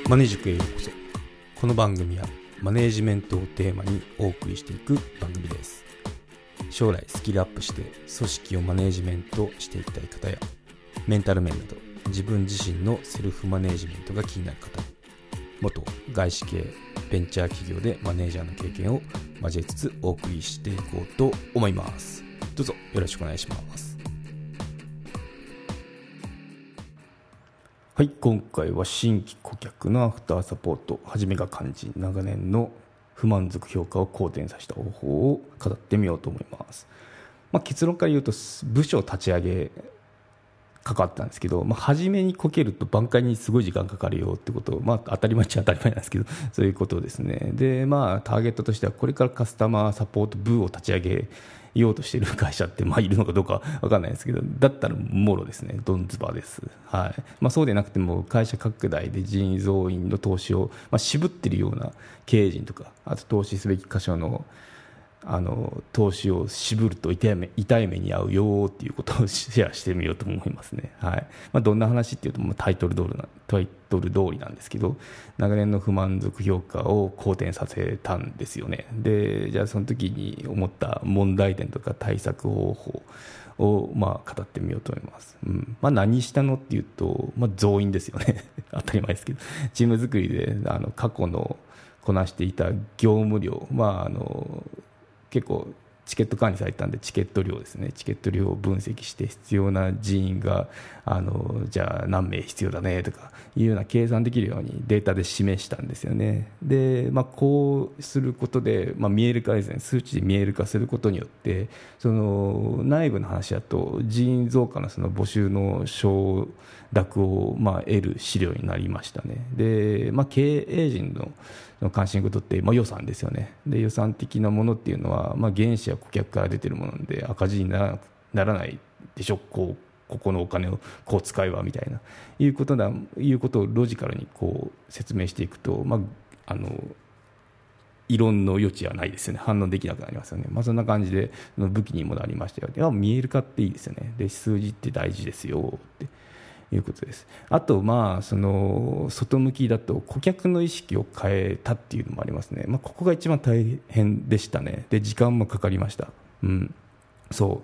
マネジクへようこそ。この番組はマネージメントをテーマにお送りしていく番組です。将来スキルアップして組織をマネージメントしていきたい方や、メンタル面など自分自身のセルフマネージメントが気になる方、元外資系ベンチャー企業でマネージャーの経験を交えつつお送りしていこうと思います。どうぞよろしくお願いします。はい、今回は新規顧客のアフターサポート、はじめが肝心、長年の不満足評価を好転させた方法を語ってみようと思います。結論から言うと、部署を立ち上げ関わったんですけど、初めにこけると挽回にすごい時間かかるよってことを、当たり前っちゃ当たり前なんですけど、そういうことですね。で、ターゲットとしてはこれからカスタマーサポート部を立ち上げようとしている会社って、いるのかどうか分かんないですけど、だったらもろですね、ドンズバです。はい。そうでなくても会社拡大で人員増員の投資を、渋っているような経営陣とか、あと投資すべき箇所の投資を渋ると痛い目に遭うよっていうことをシェアしてみようと思いますね。はい。どんな話っていうと、タイトル通りなんですけど、長年の不満足評価を好転させたんですよね。で、じゃあその時に思った問題点とか対策方法を語ってみようと思います。何したのっていうと、増員ですよね。当たり前ですけど、チーム作りで過去のこなしていた業務量、結構チケット管理されたんで、チケット量ですね、チケット量を分析して必要な人員がじゃあ何名必要だねとかいうような計算できるようにデータで示したんですよね。で、こうすることで、見える化ですね、数値で見える化することによって、その内部の話だと人員増加のその募集の承諾を得る資料になりましたね。で、経営陣の関心事って、予算ですよね。で、予算的なものっていうのは、原資や顧客から出てるもので赤字にならないでしょ、ここのお金をこう使えばみたいないうことをロジカルにこう説明していくと、異論の余地はないですよね。反応できなくなりますよね。そんな感じで武器にもなりましたよ。見える化っていいですよね。で、数字って大事ですよっていうことです。あと、その外向きだと顧客の意識を変えたっていうのもありますね。ここが一番大変でしたね。で、時間もかかりました。そう。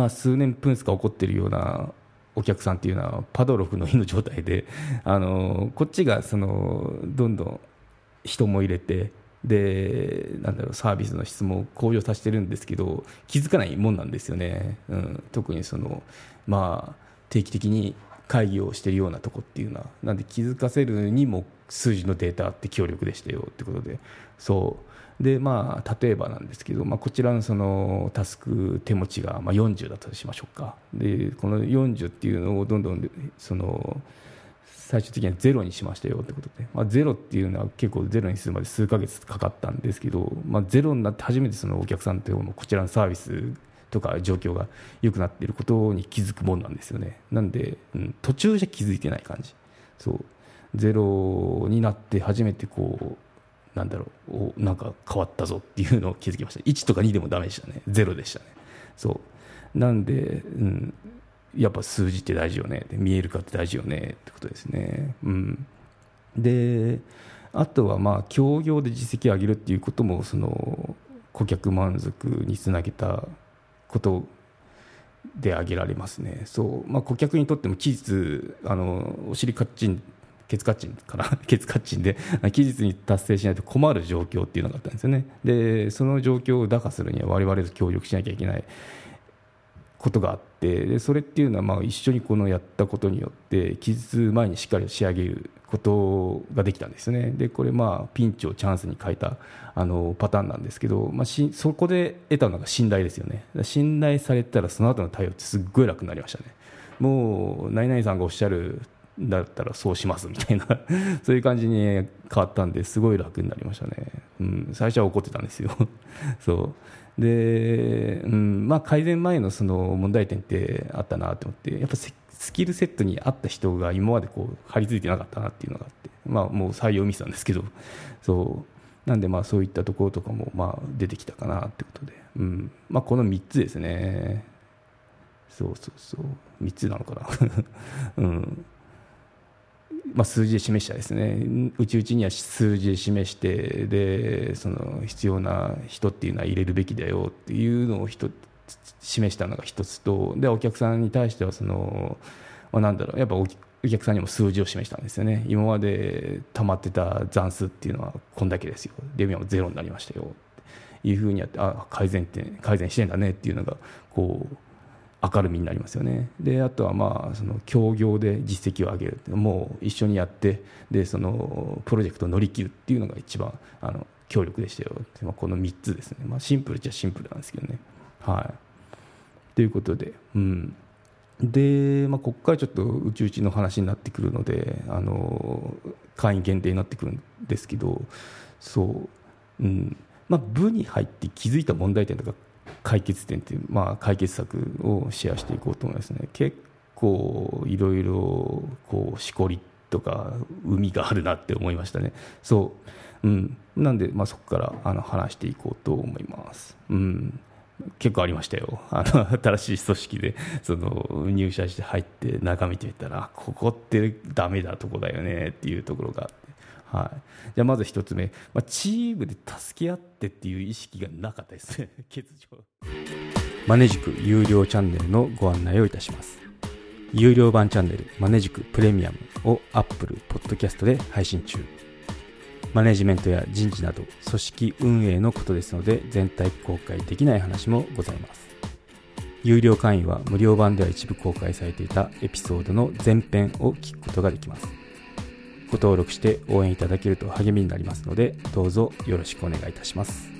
数年分しか起こっているようなお客さんっていうのはパドロフの火の状態で、こっちがどんどん人も入れて、で、サービスの質も向上させてるんですけど、気づかないもんなんですよね。特に定期的に会議をしているようなとこっていうのは、なんで気づかせるにも数字のデータって強力でしたよってことで、そうで、例えばなんですけど、こちらのそのタスク手持ちが40だとしましょうか。で、この40っていうのをどんどん最終的にはゼロにしましたよってことで、ゼロっていうのは結構ゼロにするまで数ヶ月かかったんですけど、ゼロになって初めてそのお客さんとこちらのサービスとか状況が良くなっていることに気づくもんなんですよね。なんで、途中じゃ気づいてない感じ。そうゼロになって初めてなんか変わったぞっていうのを気づきました。1とか2でもダメでしたね。ゼロでしたね。そうなんで、やっぱ数字って大事よね、見える化って大事よねってことですね。で、あとは協業で実績を上げるっていうこともその顧客満足につなげたことで挙げられますね。顧客にとっても期日お尻カッチンケツカッチンかなケツカッチンで期日に達成しないと困る状況っていうのがあったんですよね。で、その状況を打破するには我々と協力しなきゃいけないことがあって、でそれっていうのは一緒にやったことによって期日前にしっかり仕上げることができたんですね。で、これピンチをチャンスに変えたパターンなんですけど、そこで得たのが信頼ですよね。信頼されたらその後の対応ってすっごい楽になりましたね。もう何々さんがおっしゃるだったらそうしますみたいなそういう感じに変わったんですごい楽になりましたね。最初は怒ってたんですよそうで、改善前のその問題点ってあったなと思って、やっぱスキルセットに合った人が今まで張り付いてなかったなっていうのがあって、もう採用ミスなんですけど、なんでそういったところとかも出てきたかなってことで、この3つですね。3つなのかな数字で示したですね、うちには数字で示して、でその必要な人っていうのは入れるべきだよっていうのを示したのが一つと、でお客さんに対してはやっぱお客さんにも数字を示したんですよね。今まで溜まってた残数っていうのはこんだけですよ、で今はゼロになりましたよっていうふうにやって、改善してんだねっていうのがこう明るみになりますよね。であとはその協業で実績を上げる、もう一緒にやって、でそのプロジェクトを乗り切るっていうのが一番強力でしたよって、この3つですね。シンプルっちゃシンプルなんですけどね。はいということで、で、ここからちょっとうちの話になってくるので、会員限定になってくるんですけど、部に入って気づいた問題点とか解決点っていう、解決策をシェアしていこうと思いますね。結構いろいろしこりとか海があるなって思いましたね。なんで、そこから話していこうと思います。結構ありましたよ。新しい組織で入社して入って眺めてみたら、ここってダメだとこだよねっていうところがあって、じゃあまず一つ目、チームで助け合ってっていう意識がなかったですね。欠如。マネジク有料チャンネルのご案内をいたします。有料版チャンネルマネジクプレミアムを Apple Podcast で配信中。マネジメントや人事など組織運営のことですので、全体公開できない話もございます。有料会員は無料版では一部公開されていたエピソードの前編を聞くことができます。ご登録して応援いただけると励みになりますので、どうぞよろしくお願いいたします。